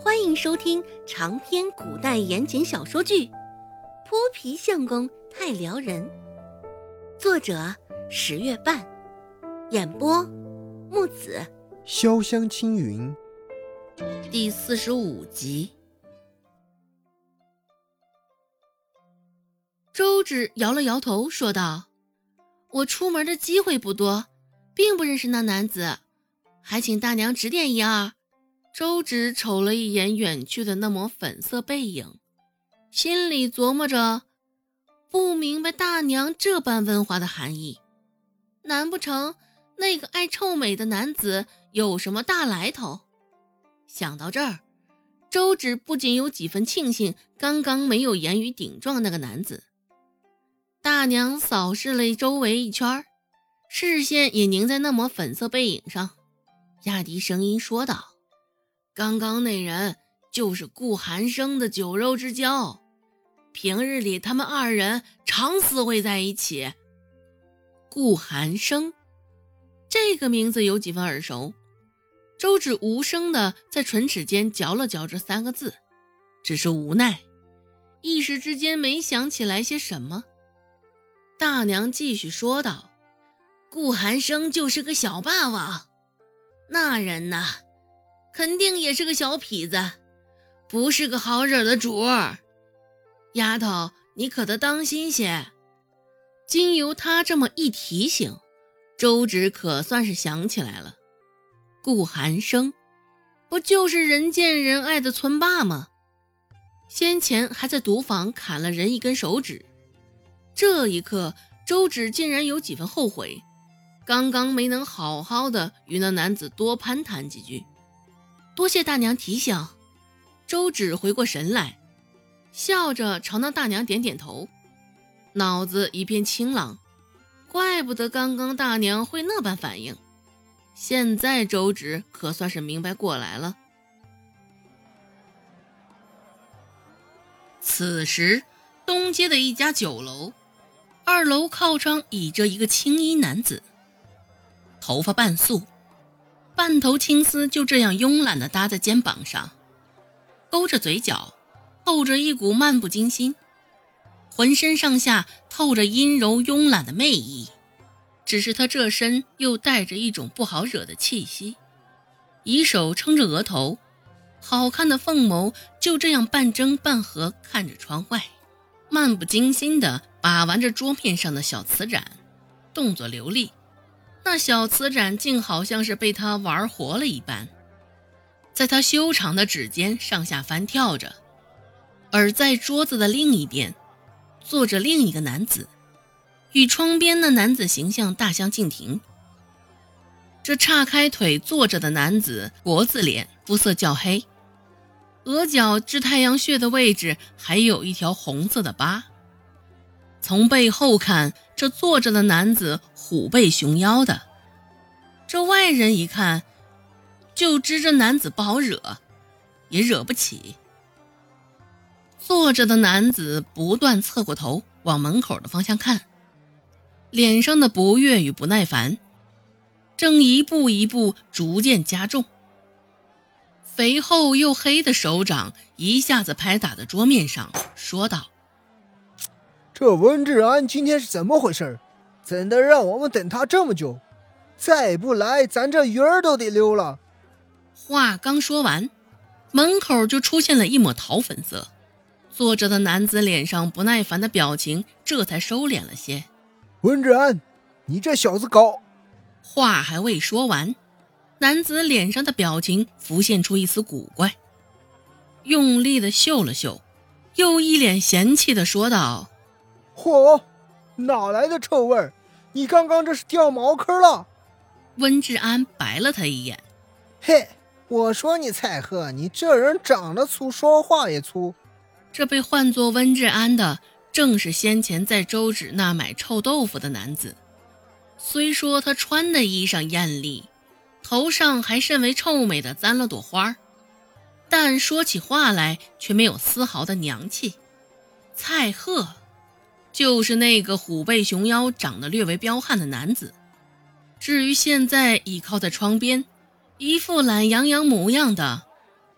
欢迎收听长篇古代言情小说剧《泼皮相公太撩人》，作者十月半，演播木子潇湘青云， 第45集。周芷摇了摇头说道：我出门的机会不多，并不认识那男子，还请大娘指点一二。周芷瞅了一眼远去的那抹粉色背影，心里琢磨着，不明白大娘这般问话的含义。难不成那个爱臭美的男子有什么大来头？想到这儿，周芷不仅有几分庆幸刚刚没有言语顶撞那个男子。大娘扫视了周围一圈，视线也凝在那抹粉色背影上，压低声音说道：刚刚那人就是顾寒生的酒肉之交，平日里他们二人常厮会在一起。顾寒生这个名字有几分耳熟，周芷无声地在唇齿间嚼了嚼这三个字，只是无奈，一时之间没想起来些什么。大娘继续说道：顾寒生就是个小霸王，那人呐，肯定也是个小痞子，不是个好惹的主儿。丫头，你可得当心些。经由他这么一提醒，周芷可算是想起来了，顾寒生不就是人见人爱的村霸吗？先前还在毒坊砍了人一根手指，这一刻周芷竟然有几分后悔，刚刚没能好好的与那男子多攀谈几句。多谢大娘提醒。周芷回过神来，笑着朝那大娘点点头，脑子一片清朗，怪不得刚刚大娘会那般反应，现在周芷可算是明白过来了。此时东街的一家酒楼，二楼靠窗倚着一个青衣男子，头发半素，半头青丝就这样慵懒地搭在肩膀上，勾着嘴角，透着一股漫不经心，浑身上下透着阴柔慵懒的魅意，只是他这身又带着一种不好惹的气息，以手撑着额头，好看的凤眸就这样半睁半合看着窗外，漫不经心地把玩着桌面上的小瓷盏，动作流利，那小瓷盏竟好像是被他玩活了一般，在他修长的指尖上下翻跳着。而在桌子的另一边坐着另一个男子，与窗边那男子形象大相径庭。这岔开腿坐着的男子国字脸，肤色较黑，额角至太阳穴的位置还有一条红色的疤。从背后看，这坐着的男子虎背熊腰的，这外人一看就知这男子不好惹，也惹不起。坐着的男子不断侧过头往门口的方向看，脸上的不悦与不耐烦正一步一步逐渐加重，肥厚又黑的手掌一下子拍打在桌面上，说道： 这温志安今天是怎么回事？怎的让我们等他这么久？再不来咱这鱼儿都得溜了。 话刚说完，门口就出现了一抹桃粉色，坐着的男子脸上不耐烦的表情这才收敛了些。 温志安，你这小子搞…… 话还未说完，男子脸上的表情浮现出一丝古怪，用力的嗅了嗅，又一脸嫌弃的说道： 嚯，哪来的臭味儿？你刚刚这是掉茅坑了。 温志安白了他一眼： 嘿，我说你蔡贺，你这人长得粗，说话也粗。 这被唤作温志安的正是先前在周芷那买臭豆腐的男子。虽说他穿的衣裳艳丽，头上还甚为臭美的簪了朵花，但说起话来却没有丝毫的娘气。蔡贺就是那个虎背熊腰长得略为彪悍的男子，至于现在倚靠在窗边一副懒洋洋模样的，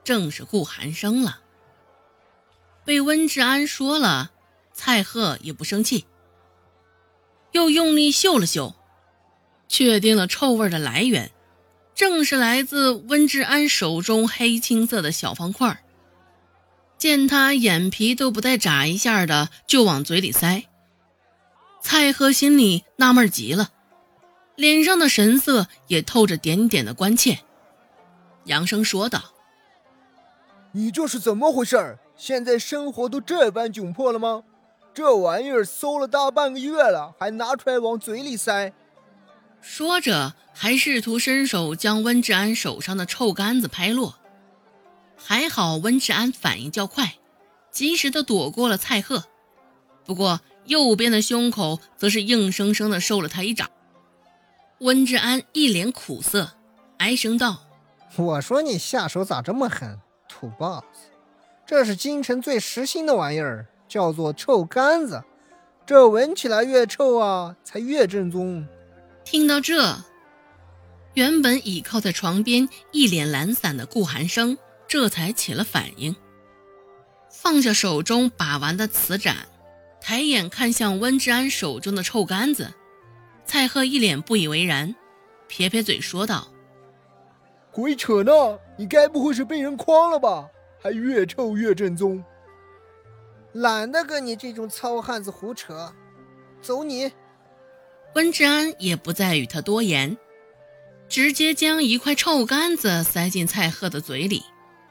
正是顾寒生了。被温志安说了，蔡贺也不生气，又用力嗅了嗅，确定了臭味的来源，正是来自温志安手中黑青色的小方块。见他眼皮都不带眨一下的就往嘴里塞，蔡贺心里纳闷极了，脸上的神色也透着点点的关切。扬声说道： 你这是怎么回事？现在生活都这般窘迫了吗？这玩意儿馊了大半个月了，还拿出来往嘴里塞。 说着还试图伸手将温志安手上的臭干子拍落。还好温志安反应较快，及时地躲过了蔡贺，不过右边的胸口则是硬生生地受了他一掌。温志安一脸苦涩，哀声道： 我说你下手咋这么狠，土 boss， 这是京城最时兴的玩意儿，叫做臭干子，这闻起来越臭啊，才越正宗。 听到这，原本倚靠在床边一脸懒散的顾寒生这才起了反应，放下手中把玩的瓷盏，抬眼看向温志安手中的臭干子。蔡贺一脸不以为然，撇撇嘴说道： 鬼扯呢，你该不会是被人诓了吧？还越臭越正宗。懒得跟你这种糙汉子胡扯，走你。 温志安也不再与他多言，直接将一块臭干子塞进蔡贺的嘴里。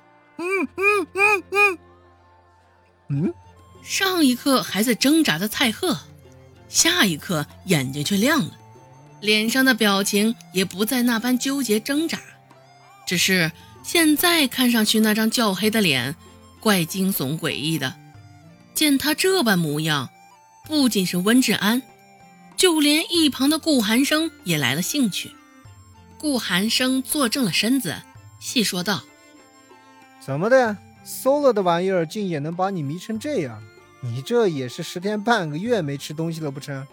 上一刻还在挣扎的蔡贺，下一刻眼睛却亮了，脸上的表情也不再那般纠结挣扎，只是现在看上去那张较黑的脸怪惊悚诡异的。见他这般模样，不仅是温志安，就连一旁的顾寒生也来了兴趣。顾寒生坐正了身子，细说道： 怎么的，馊了的玩意儿竟也能把你迷成这样？你这也是10天半个月没吃东西了不成？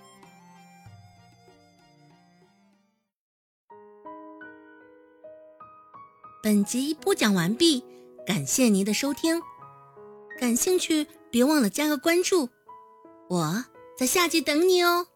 本集播讲完毕，感谢您的收听。感兴趣别忘了加个关注，我在下集等你哦。